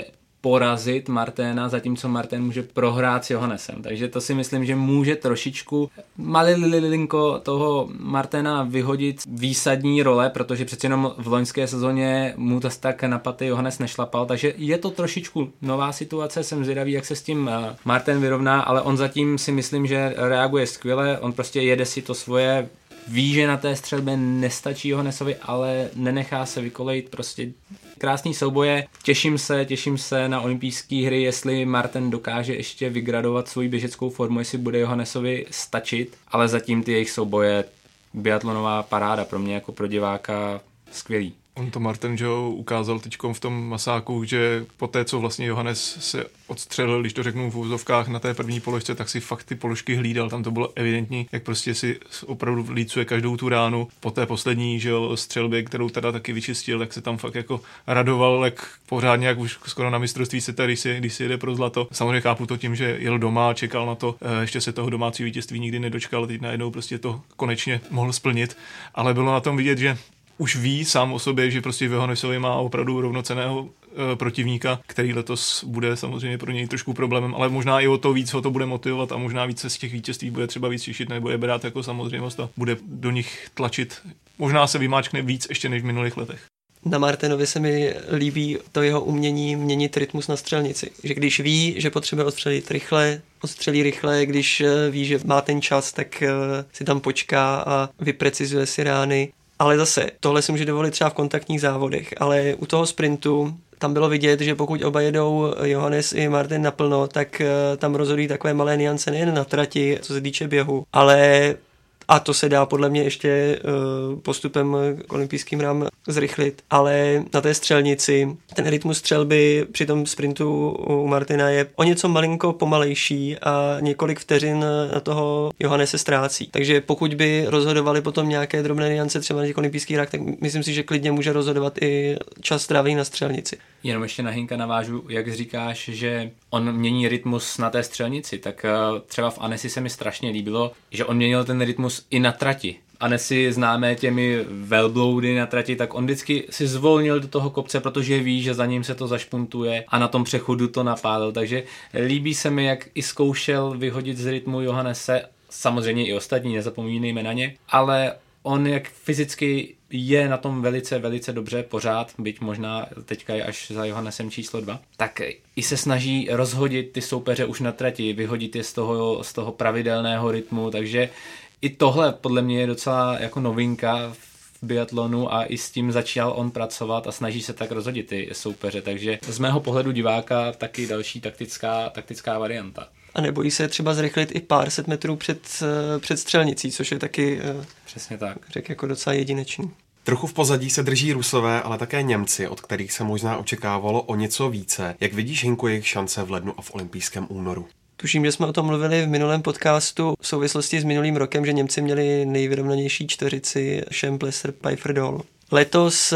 porazit Marténa, zatímco Martén může prohrát s Johannesem. Takže to si myslím, že může trošičku malilinko toho Marténa vyhodit výsadní role, protože přeci jenom v loňské sezóně mu to tak na paty Johannes nešlapal, takže je to trošičku nová situace, jsem zvědavý, jak se s tím Martén vyrovná, ale on zatím si myslím, že reaguje skvěle, on prostě jede si to svoje, ví, že na té střelbě nestačí Johannesovi, ale nenechá se vykolejit, prostě krásný souboje. Těším se, těším se na olympijské hry, jestli Martin dokáže ještě vygradovat svoji běžeckou formu, jestli bude Johannesovi stačit, ale zatím ty jejich souboje biatlonová paráda pro mě jako pro diváka skvělý. On to Martin Joe ukázal teďkom v tom masáku, že po té, co vlastně Johannes se odstřelil, když to řeknu v úzovkách na té první položce, tak si fakt ty položky hlídal. Tam to bylo evidentní, jak prostě si opravdu lícuje každou tu ránu. Po té poslední, že jo, střelbě, kterou teda taky vyčistil, tak se tam fakt jako radoval, jak pořádně, jak už skoro na mistrovství světa, když si, když si jede pro zlato. Samozřejmě chápu to tím, že jel doma, čekal na to, ještě se toho domácího vítězství nikdy nedočkal, teď najednou prostě to konečně mohl splnit, ale bylo na tom vidět, že už ví sám o sobě, že prostě v Johannesovi má opravdu rovnocenného e, protivníka, který letos bude samozřejmě pro něj trošku problémem, ale možná i o to víc ho to bude motivovat a možná více z těch vítězství bude třeba víc těšit nebo je brát jako samozřejmost a bude do nich tlačit. Možná se vymáčkne víc ještě než v minulých letech. Na Martinovi se mi líbí to jeho umění měnit rytmus na střelnici. Že když ví, že potřebuje odstřelit rychle, odstřelí rychle, když ví, že má ten čas, tak si tam počká a vyprecizuje si rány. Ale zase, tohle si může dovolit třeba v kontaktních závodech, ale u toho sprintu tam bylo vidět, že pokud oba jedou Johannes i Martin naplno, tak tam rozhodují takové malé niance nejen na trati, co se týče běhu, ale a to se dá podle mě ještě postupem k olympijským hrám zrychlit, ale na té střelnici ten rytmus střelby při tom sprintu u Martina je o něco malinko pomalejší a několik vteřin na toho Johannese ztrácí. Takže pokud by rozhodovali potom nějaké drobné niance třeba na těch olympijských hrách, tak myslím si, že klidně může rozhodovat i čas strávený na střelnici. Jenom ještě na Hynka navážu, jak říkáš, že on mění rytmus na té střelnici, tak třeba v Anesi se mi strašně líbilo, že on měnil ten rytmus i na trati. Anesi známé těmi velbloudy na trati, tak on vždycky si zvolnil do toho kopce, protože ví, že za ním se to zašpuntuje a na tom přechodu to napálil. Takže líbí se mi, jak i zkoušel vyhodit z rytmu Johannese, samozřejmě i ostatní, nezapomínejme na ně, ale on jak fyzicky je na tom velice, velice dobře pořád, byť možná teďka je až za Johannesem číslo dva, tak i se snaží rozhodit ty soupeře už na trati, vyhodit je z toho, z toho pravidelného rytmu, takže i tohle podle mě je docela jako novinka v biatlonu a i s tím začal on pracovat a snaží se tak rozhodit ty soupeře, takže z mého pohledu diváka taky další taktická, taktická varianta. A nebojí se třeba zrychlit i pár set metrů před, před střelnicí, což je taky, přesně tak, řekl jako docela jedinečný. Trochu v pozadí se drží Rusové, ale také Němci, od kterých se možná očekávalo o něco více. Jak vidíš, Hynku, jejich šance v lednu a v olympijském únoru? Tuším, že jsme o tom mluvili v minulém podcastu v souvislosti s minulým rokem, že Němci měli nejvyrovnanější čtveřici Schemp, Lesser, Pfeiffer, Doll. Letos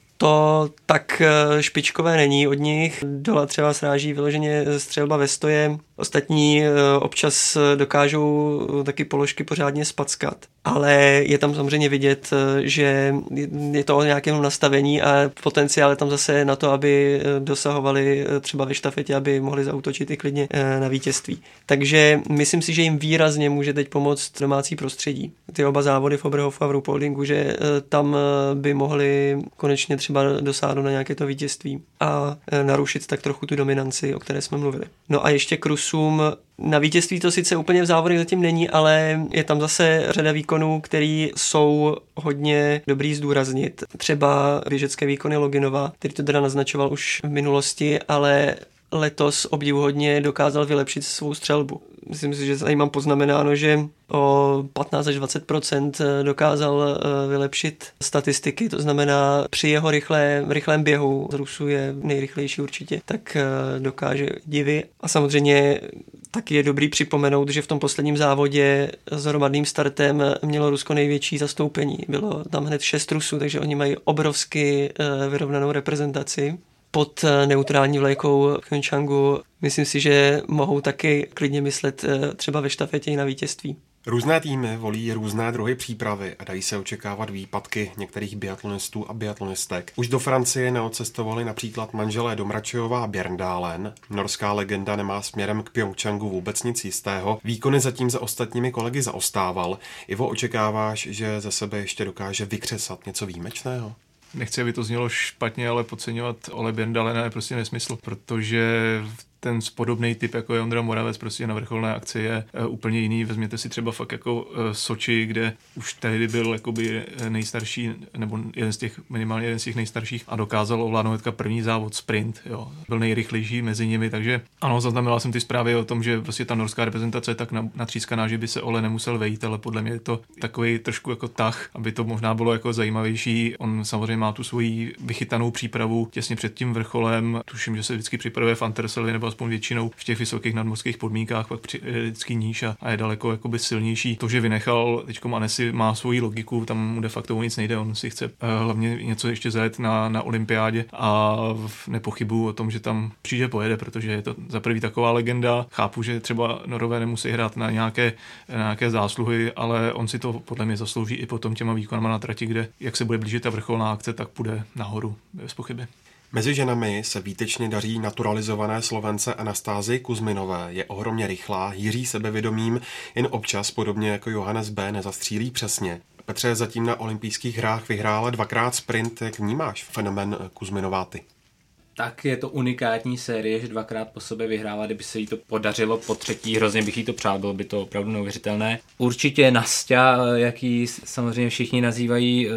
to tak špičkové není od nich. Dola třeba sráží vyloženě střelba ve stoje. Ostatní občas dokážou taky položky pořádně spackat. Ale je tam samozřejmě vidět, že je to o nějakém nastavení a potenciál je tam zase na to, aby dosahovali třeba ve štafetě, aby mohli zaútočit i klidně na vítězství. Takže myslím si, že jim výrazně může teď pomoct domácí prostředí. Ty oba závody v Oberhofu a v Ruhpoldingu, že tam by mohli konečně třeba dosáhnout na nějaké to vítězství a narušit tak trochu tu dominanci, o které jsme mluvili. No a ještě k Rusům. Na vítězství to sice úplně v závodech zatím není, ale je tam zase řada výkonů, který jsou hodně dobrý zdůraznit. Třeba běžecké výkony Loginova, který to teda naznačoval už v minulosti, ale letos obdivuhodně dokázal vylepšit svou střelbu. Myslím si, že tady mám poznamenáno, že o patnáct až dvacet procent dokázal vylepšit statistiky, to znamená při jeho rychlé, rychlém běhu, z Rusů je nejrychlejší určitě, tak dokáže divy. A samozřejmě taky je dobrý připomenout, že v tom posledním závodě s hromadným startem mělo Rusko největší zastoupení. Bylo tam hned šest Rusů, takže oni mají obrovsky vyrovnanou reprezentaci. Pod neutrální vlajkou v Pyeongchangu myslím si, že mohou taky klidně myslet třeba ve štafetě i na vítězství. Různé týmy volí různé druhy přípravy a dají se očekávat výpadky některých biatlonistů a biatlonistek. Už do Francie neodcestovali například manželé Domrachevová a Bjerndalen. Norská legenda nemá směrem k Pyeongchangu vůbec nic jistého. Výkony zatím za ostatními kolegy zaostával. Ivo, očekáváš, že ze sebe ještě dokáže vykřesat něco výjimečného? Nechci, aby to znělo špatně, ale podceňovat Ole Bjerndalena je prostě nesmysl, protože ten podobný typ, jako je Ondra Moravec, prostě na vrcholné akci je uh, úplně jiný. Vezměte si třeba fakt jako uh, Soči, kde už tehdy byl jakoby nejstarší, nebo jeden z těch, minimálně jeden z těch nejstarších a dokázal ovládnout hnedka první závod sprint. Jo. Byl nejrychlejší mezi nimi, takže ano, zaznamenal jsem ty zprávy o tom, že prostě ta norská reprezentace je tak natřískaná, že by se Ole nemusel vejít, ale podle mě je to takový trošku jako tah, aby to možná bylo jako zajímavější. On samozřejmě má tu svoji vychytanou přípravu těsně před tím vrcholem. Tuším, že se vždycky připravuje v Anterselvi nebo aspoň většinou v těch vysokých nadmořských podmínkách, pak při, je vždycky níž a, a je daleko jakoby silnější. To, že vynechal teďkom Annecy, má svoji logiku, tam mu de facto nic nejde, on si chce uh, hlavně něco ještě zajet na, na olympiádě a nepochybuju o tom, že tam přijde pojede, protože je to za prvý taková legenda. Chápu, že třeba Norové nemusí hrát na nějaké, na nějaké zásluhy, ale on si to podle mě zaslouží i potom těma výkonama na trati, kde jak se bude blížit ta vrcholná akce, tak půjde nahoru, bez pochyby. Mezi ženami se výtečně daří naturalizované Slovence Anastázii Kuzminové. Je ohromně rychlá, hýří sebevědomím, jen občas, podobně jako Johannes B., nezastřílí přesně. Petře, zatím na olympijských hrách vyhrála dvakrát sprint. Jak vnímáš fenomén Kuzminová ty? Tak je to unikátní série, že dvakrát po sobě vyhrála, kdyby se jí to podařilo po třetí, hrozně bych jí to přál, bylo by to opravdu neuvěřitelné. Určitě Nastia, jak ji samozřejmě všichni nazývají,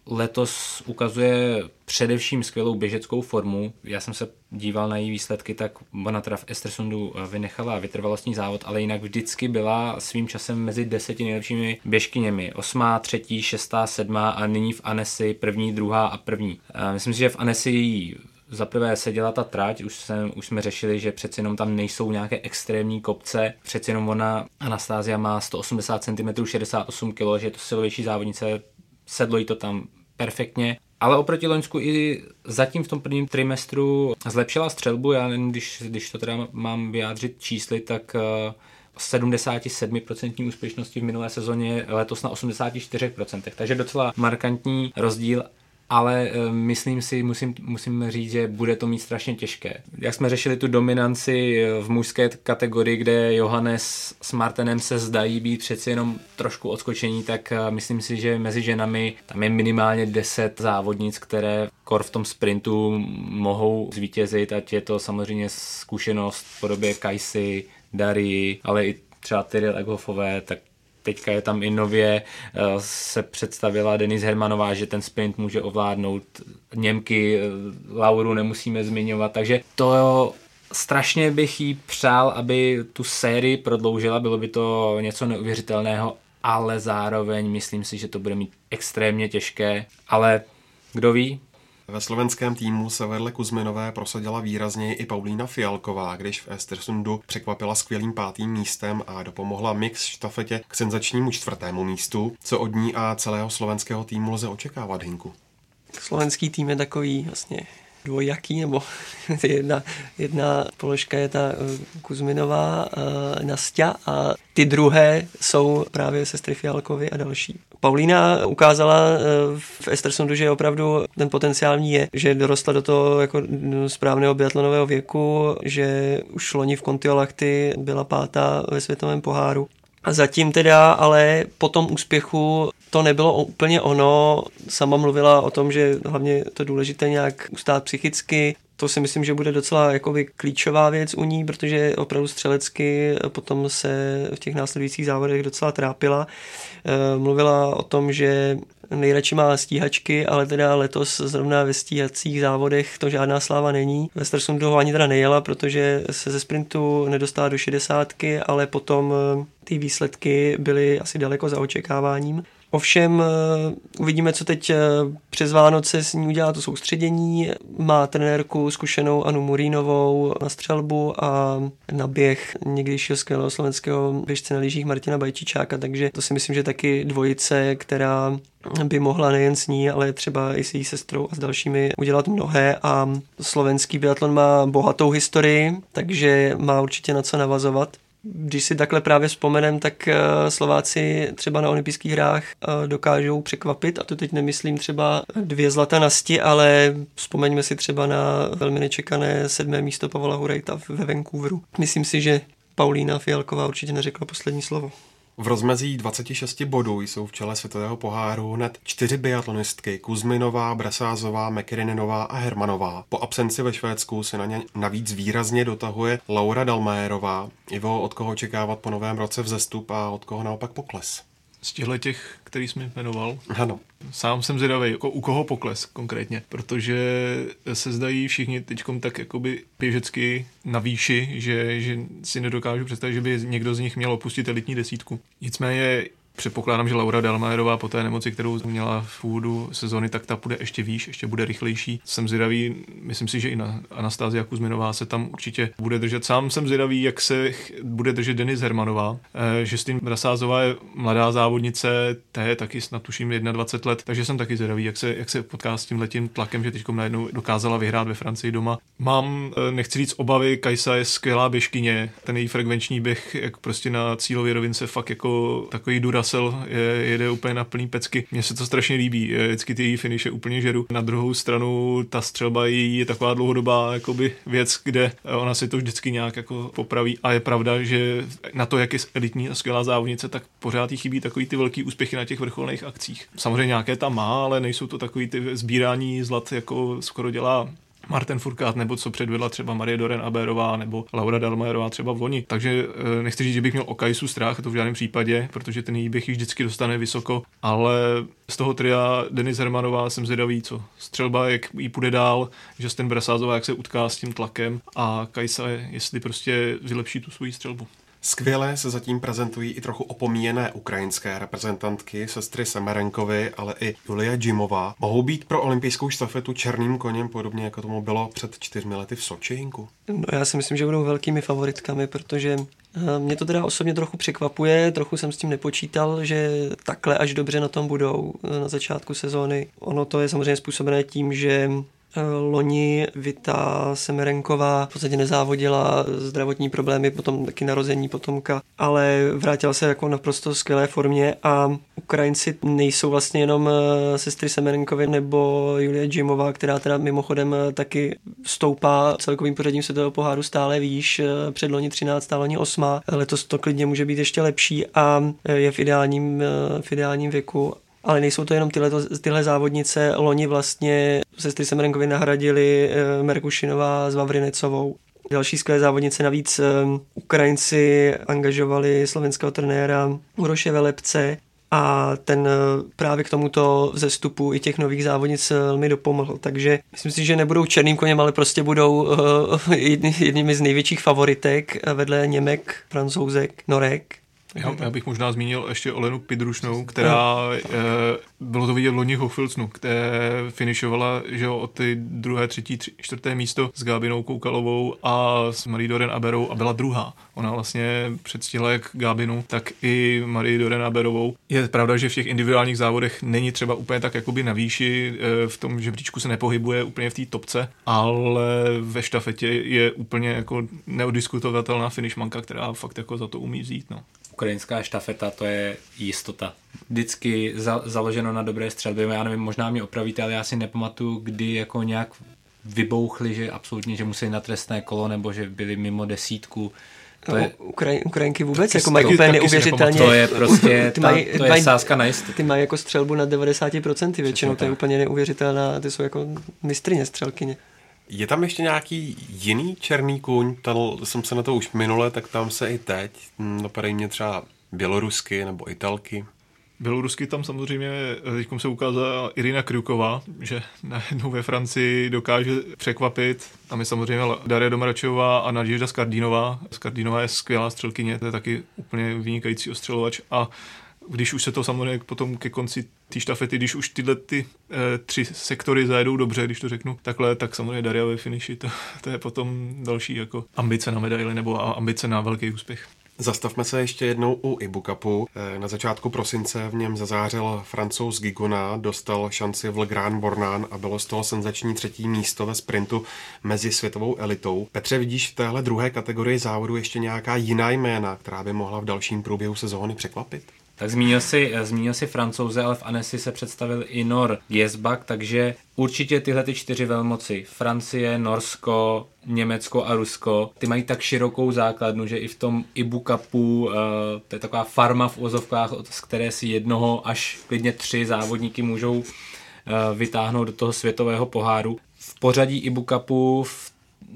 letos ukazuje především skvělou běžeckou formu. Já jsem se díval na její výsledky, tak ona teda v Östersundu vynechala vytrvalostní závod, ale jinak vždycky byla svým časem mezi deseti nejlepšími běžkyněmi. Osmá, třetí, šestá, sedmá a nyní v Annecy první, druhá a první. Myslím si, že v Annecy její zaprvé seděla ta trať, už, jsem, už jsme řešili, že přeci jenom tam nejsou nějaké extrémní kopce, přeci jenom ona, Anastázia má sto osmdesát centimetrů, šedesát osm kilogramů, že je to silovější závodnice, sedlo jí to tam perfektně, ale oproti loňsku i zatím v tom prvním trimestru zlepšila střelbu, já když, když to teda mám vyjádřit čísly, tak sedmdesát sedm procent úspěšnosti v minulé sezóně, letos na osmdesát čtyři procent, takže docela markantní rozdíl. Ale e, myslím si, musím, musím říct, že bude to mít strašně těžké. Jak jsme řešili tu dominanci v mužské kategorii, kde Johannes s Martenem se zdají být přeci jenom trošku odskočení, tak e, myslím si, že mezi ženami tam je minimálně deset závodnic, které kor v tom sprintu mohou zvítězit, ať je to samozřejmě zkušenost v podobě Kajsy, Dary, ale i třeba Tyrell Eckhoffové, tak teďka je tam i nově, se představila Denis Hermanová, že ten sprint může ovládnout. Němky, Lauru nemusíme zmiňovat, takže to strašně bych jí přál, aby tu sérii prodloužila, bylo by to něco neuvěřitelného, ale zároveň myslím si, že to bude mít extrémně těžké, ale kdo ví? Ve slovenském týmu se vedle Kuzminové prosadila výrazněji i Paulína Fialková, když v Östersundu překvapila skvělým pátým místem a dopomohla mix štafetě k senzačnímu čtvrtému místu. Co od ní a celého slovenského týmu lze očekávat, Hinku? Slovenský tým je takový vlastně dvojaký, nebo jedna, jedna položka je ta Kuzminová, uh, Nastia a ty druhé jsou právě sestry Fialkovy a další. Paulína ukázala v Östersundu, že opravdu ten potenciál ní je, že dorostla do toho jako správného biatlonového věku, že už loni v Kontiolahti byla pátá ve světovém poháru. A zatím teda, ale po tom úspěchu to nebylo úplně ono. Sama mluvila o tom, že hlavně to důležité nějak ustát psychicky. To si myslím, že bude docela jakoby klíčová věc u ní, protože opravdu střelecky potom se v těch následujících závodech docela trápila. Mluvila o tom, že nejradši má stíhačky, ale teda letos zrovna ve stíhacích závodech to žádná sláva není. Ve Östersundu ho ani teda nejela, protože se ze sprintu nedostala do šedesátky, ale potom ty výsledky byly asi daleko za očekáváním. Ovšem uvidíme, co teď přes Vánoce s ní udělá to soustředění. Má trenérku zkušenou Anu Murínovou na střelbu a na běh někdejšího skvělého slovenského běžce na lyžích Martina Bajčičáka, takže to si myslím, že taky dvojice, která by mohla nejen s ní, ale třeba i s její sestrou a s dalšími udělat mnohé a slovenský biatlon má bohatou historii, takže má určitě na co navazovat. když si takhle právě vzpomenem, tak Slováci třeba na olympijských hrách dokážou překvapit, a to teď nemyslím třeba dvě zlata na sti, ale vzpomeňme si třeba na velmi nečekané sedmé místo Pavla Hurajta ve Vancouveru. Myslím si, že Paulína Fialková určitě neřekla poslední slovo. V rozmezí dvacet šest bodů jsou v čele světového poháru hned čtyři biatlonistky: Kuzminová, Brasázová, McKinnonová a Hermanová. Po absenci ve Švédsku se na ně navíc výrazně dotahuje Laura Dalmajerová. Ivo, od koho očekávat po novém roce vzestup a od koho naopak pokles? Z těchto těch, který jsi mi jmenoval, ano. Sám jsem zvědavý, jako u koho pokles konkrétně, protože se zdají všichni teďkom tak jakoby běžecky na výši, že, že si nedokážu představit, že by někdo z nich měl opustit elitní desítku. Nicméně předpokládám, že Laura Dalmajerová po té nemoci, kterou měla v úvodu sezony, tak ta půjde ještě výš, ještě bude rychlejší. Jsem zvědavý, myslím si, že i na Anastázia Kuzminová se tam určitě bude držet. Sám jsem zvědavý, jak se bude držet Denis Hermanová. Justine Brasázová je mladá závodnice, té je taky snad tuším dvacet jedna let, takže jsem taky zvědavý, jak se, jak se potká s tím letím tlakem, že teďkom najednou dokázala vyhrát ve Francii doma. Mám, nechci říct obavy, Kajsa je skvělá běžkyně, ten její frekvenční běh, jak prostě na cílové rovince fakt jako takový Duracell je, jede úplně na plný pecky. Mně se to strašně líbí, vždycky ty její finiše úplně žeru. Na druhou stranu ta střelba její je taková dlouhodobá jakoby věc, kde ona si to vždycky nějak jako popraví, a je pravda, že na to, jak je elitní a skvělá závodnice, tak pořád jí chybí takový ty velký úspěchy na těch vrcholných akcích. Samozřejmě nějaké tam má, ale nejsou to takový ty sbírání zlat, jako skoro dělá Martin Fourcade, nebo co předvedla třeba Marie Doren Aberová nebo Laura Dalmajerová třeba v loni. Takže nechci říct, že bych měl o Kajsu strach, to v žádném případě, protože ten její běh ji vždycky dostane vysoko, ale z toho tria Denis Hermanová jsem zvědavý, co střelba, jak jí půjde dál, že ten Brasázová, jak se utká s tím tlakem, a Kajsa, jestli prostě vylepší tu svoji střelbu. Skvěle se zatím prezentují i trochu opomíjené ukrajinské reprezentantky, sestry Semerenkovy, ale i Julia Jimová. Mohou být pro olympijskou štafetu černým koněm, podobně jako tomu bylo před čtyřmi lety v Soči, Jinku? No, já si myslím, že budou velkými favoritkami, protože mě to teda osobně trochu překvapuje, trochu jsem s tím nepočítal, že takhle až dobře na tom budou na začátku sezóny. Ono to je samozřejmě způsobené tím, že loni Vita Semerenková v podstatě nezávodila, zdravotní problémy, potom taky narození potomka, ale vrátila se jako naprosto skvělé formě, a Ukrajinci nejsou vlastně jenom sestry Semerenkovy nebo Julia Jimová, která teda mimochodem taky stoupá celkovým pořadím světového poháru stále výš, před loni třináct, loni osm. Letos to klidně může být ještě lepší a je v ideálním, v ideálním věku. Ale nejsou to jenom tyhle, tyhle závodnice. Loni vlastně sestry Semerenkovy nahradili Merkušinová s Vavrinecovou. Další skvělé závodnice, navíc Ukrajinci angažovali slovenského trenéra Uroše Velepce, a ten právě k tomuto vzestupu i těch nových závodnic mi dopomohl. Takže myslím si, že nebudou černým koněm, ale prostě budou jednými z největších favoritek vedle Němek, Francouzek, Norek. Já, já bych možná zmínil ještě Olenu Pidrušnou, která, e, bylo to vidět v loni Hochfilzenu, která finišovala, že jo, od ty druhé, třetí, tři, čtvrté místo s Gábinou Koukalovou a s Marie Doren Aberou, a byla druhá. Ona vlastně předstihla jak Gábinu, tak i Marie Doren Aberovou. Je pravda, že v těch individuálních závodech není třeba úplně tak jakoby na výši, e, v tom žebříčku se nepohybuje úplně v té topce, ale ve štafetě je úplně jako neodiskutovatelná finišmanka, která fakt jako za to umí vzít, no. Ukrajinská štafeta, to je jistota. Vždycky za, založeno na dobré střelbě. Já nevím, možná mě opravíte, ale já si nepamatuju, kdy jako nějak vybouchli, že absolutně, že museli na trestné kolo, nebo že byli mimo desítku. To je, Ukraj, Ukrajinky vůbec jako mají úplně neuvěřitelně. To je prostě, ty ta, mají, to je mají, sázka na jistotu. Ty mají jako střelbu na devadesát procent většinou, to je úplně neuvěřitelná, ty jsou jako mistryně střelkyně. Je tam ještě nějaký jiný černý kůň? Ptal jsem se na to už minule, tak tam se i teď. Napadají mě třeba Bělorusky nebo Italky. Bělorusky tam samozřejmě, teď se ukázala Irina Kryuková, že najednou ve Francii dokáže překvapit. Tam je samozřejmě Daria Domračová a Nadžda Skardínová. Skardínová je skvělá střelkyně, to je taky úplně vynikající ostřelovač, a když už se to samozřejmě potom ke konci té štafety, když už tyhle ty e, tři sektory zajedou dobře, když to řeknu takhle, tak samozřejmě Daria ve finiši, to, to je potom další jako ambice na medaili nebo ambice na velký úspěch. Zastavme se ještě jednou u Ibu Cupu. Na začátku prosince v něm zazářil Francouz Gigona, dostal šanci v Le Grand Bornand a bylo z toho senzační třetí místo ve sprintu mezi světovou elitou. Petře, vidíš v téhle druhé kategorii závodu ještě nějaká jiná jména, která by mohla v dalším průběhu sezóny překvapit? Tak zmínil si, zmínil si Francouze, ale v Annecy se představil i Nor Giesbach, takže určitě tyhle ty čtyři velmoci, Francie, Norsko, Německo a Rusko, ty mají tak širokou základnu, že i v tom Ibu Cupu, to je taková farma v uvozovkách, z které si jednoho až klidně tři závodníky můžou vytáhnout do toho světového poháru. V pořadí Ibu Cupu v,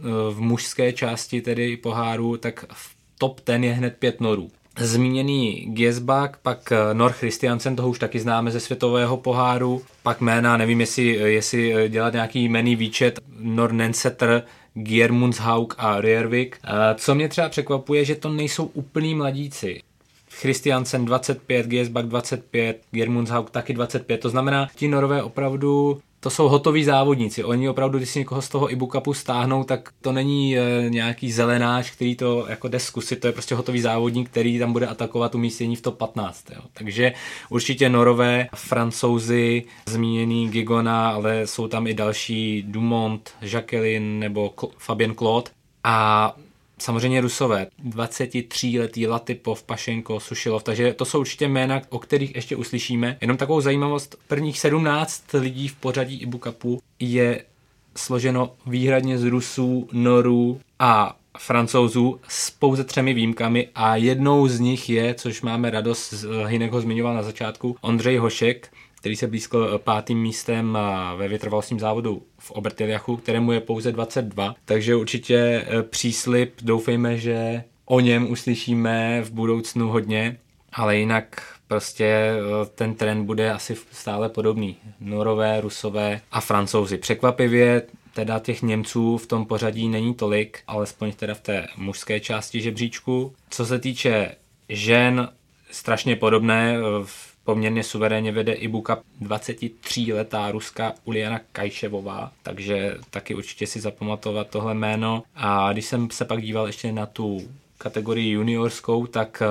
v mužské části tedy poháru, tak v top ten je hned pět Norů. Zmíněný Giesbach, pak Nor Christiansen, toho už taky známe ze světového poháru, pak jména, nevím, jestli, jestli dělat nějaký jmenný výčet, Nor Nensetter, Gjermundshaug a Reervik. Co mě třeba překvapuje, že to nejsou úplný mladíci. Christiansen dvacet pět, Giesbach dvacet pět, Gjermundshaug taky dvacet pět, to znamená, ti Norové opravdu to jsou hotoví závodníci. Oni opravdu, když si někoho z toho Ibu Cupu stáhnou, tak to není e, nějaký zelenáč, který to jako jde zkusit, to je prostě hotový závodník, který tam bude atakovat umístění v top patnáct. Jo. Takže určitě Norové, Francouzi, zmíněný Gigona, ale jsou tam i další Dumont, Jacqueline nebo Fabien Claude a samozřejmě Rusové, dvacetitříletý Latipov, Pašenko, Sušilov, takže to jsou určitě jména, o kterých ještě uslyšíme. Jenom takovou zajímavost, prvních sedmnáct lidí v pořadí Ibu Cupu je složeno výhradně z Rusů, Norů a Francouzů s pouze třemi výjimkami a jednou z nich je, což máme radost, Hynek ho zmiňoval na začátku, Ondřej Hošek, který se blízkl pátým místem ve vytrvalostním závodu v Obertiljachu, kterému je pouze dvacet dva, takže určitě příslib, doufejme, že o něm uslyšíme v budoucnu hodně, ale jinak prostě ten trend bude asi stále podobný. Norové, Rusové a Francouzi. Překvapivě teda těch Němců v tom pořadí není tolik, alespoň teda v té mužské části žebříčku. Co se týče žen, strašně podobné, v poměrně suverénně vede Ibu Cup dvacetitříletá Ruska Uliana Kajševová, takže taky určitě si zapamatovat tohle jméno. A když jsem se pak díval ještě na tu kategorii juniorskou, tak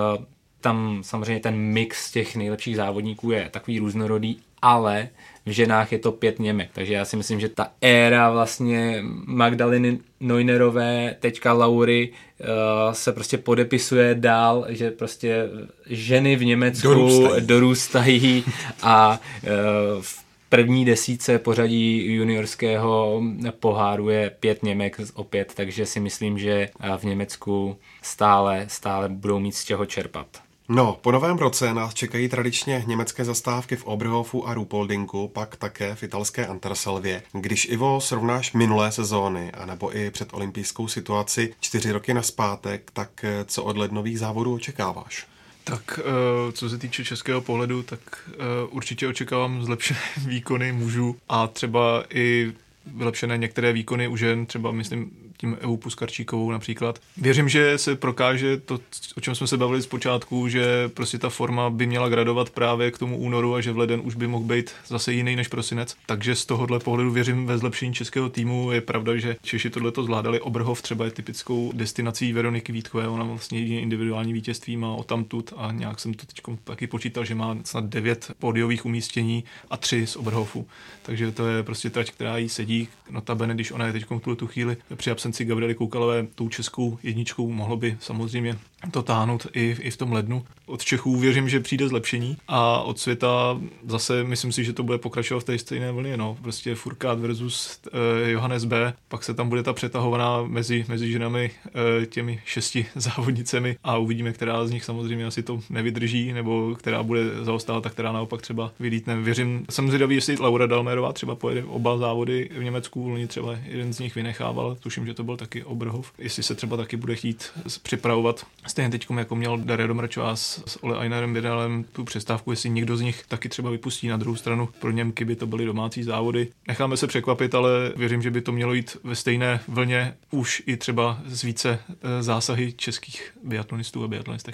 tam samozřejmě ten mix těch nejlepších závodníků je takový různorodý, ale v ženách je to pět Němek, takže já si myslím, že ta éra vlastně Magdaleny Neunerové, teďka Laury uh, se prostě podepisuje dál, že prostě ženy v Německu dorůstají, dorůstají a uh, v první desíce pořadí juniorského poháru je pět Němek opět, takže si myslím, že v Německu stále, stále budou mít z čeho čerpat. No, po novém roce nás čekají tradičně německé zastávky v Oberhofu a Ruhpoldingu, pak také v italské Anterselvě. Když, Ivo, srovnáš minulé sezóny, anebo i před olympijskou situaci čtyři roky nazpátek, tak co od lednových závodů očekáváš? Tak co se týče českého pohledu, tak určitě očekávám zlepšené výkony mužů a třeba i vylepšené některé výkony u žen, třeba myslím tím Evu Puskarčíkovou například. Věřím, že se prokáže to, o čem jsme se bavili zpočátku, že prostě ta forma by měla gradovat právě k tomu únoru a že v leden už by mohl být zase jiný než prosinec. Takže z tohohle pohledu věřím ve zlepšení českého týmu. Je pravda, že Češi tohleto zvládali. Oberhof třeba je typickou destinací Veroniky Vítkové. Ona vlastně jediné individuální vítězství má odtamtud a nějak jsem to teď taky počítal, že má snad devět pódiových umístění a tři z Oberhofu. Takže to je prostě trať, která jí sedí. Notabene, když ona je teď v tu chvíli při absenci Gabriely Koukalové tou českou jedničkou, mohlo by samozřejmě to táhnout i, i v tom lednu. Od Čechů věřím, že přijde zlepšení a od světa zase myslím si, že to bude pokračovat v té stejné vlně. No. Prostě Furkát versus eh, Johannes B. Pak se tam bude ta přetahovaná mezi, mezi ženami eh, těmi šesti závodnicemi a uvidíme, která z nich samozřejmě asi to nevydrží nebo která bude zaostávat a která naopak třeba vylítne. Věřím, jsem zvědavý, jestli Laura Dalmérová třeba pojede oba závody v Německu, loni třeba jeden z nich vynechával, tuším, že to byl taky Oberhof. Jestli se třeba taky bude chtít připravovat stejně teď, jako měl Daria Domrčová s, s Ole Einarem Vidalem tu přestávku, jestli někdo z nich taky třeba vypustí. Na druhou stranu pro Němky by to byly domácí závody. Necháme se překvapit, ale věřím, že by to mělo jít ve stejné vlně už i třeba z více zásahy českých biatlonistů a biatlonistek.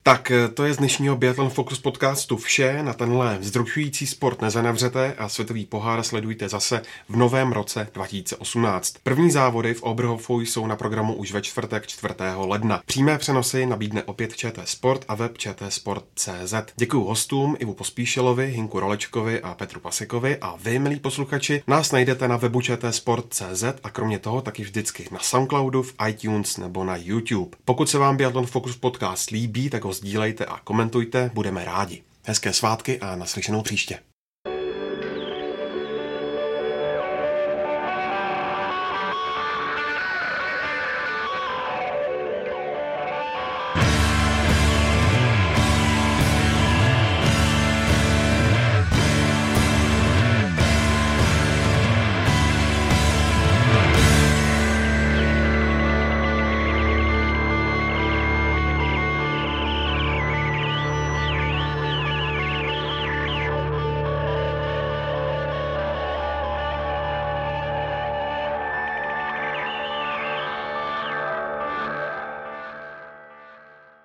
Tak to je z dnešního Biathlon Focus podcastu vše. Na tenhle vzrušující sport nezanevřete a světový pohár sledujte zase v novém roce dva tisíce osmnáct. První závody v Oberhofu jsou na programu už ve čtvrtek čtvrtého ledna. Přímé přenosy nabídne opět Č T Sport a web č t sport tečka cé zet. Děkuji hostům Ivu Pospíšilovi, Hinku Rolečkovi a Petru Pasekovi a vy, milí posluchači, nás najdete na webu č t sport tečka cé zet a kromě toho taky vždycky na Soundcloudu, v iTunes nebo na YouTube. Pokud se vám Biathlon Focus podcast líbí, tak ho sdílejte a komentujte, budeme rádi. Hezké svátky a naslyšenou příště.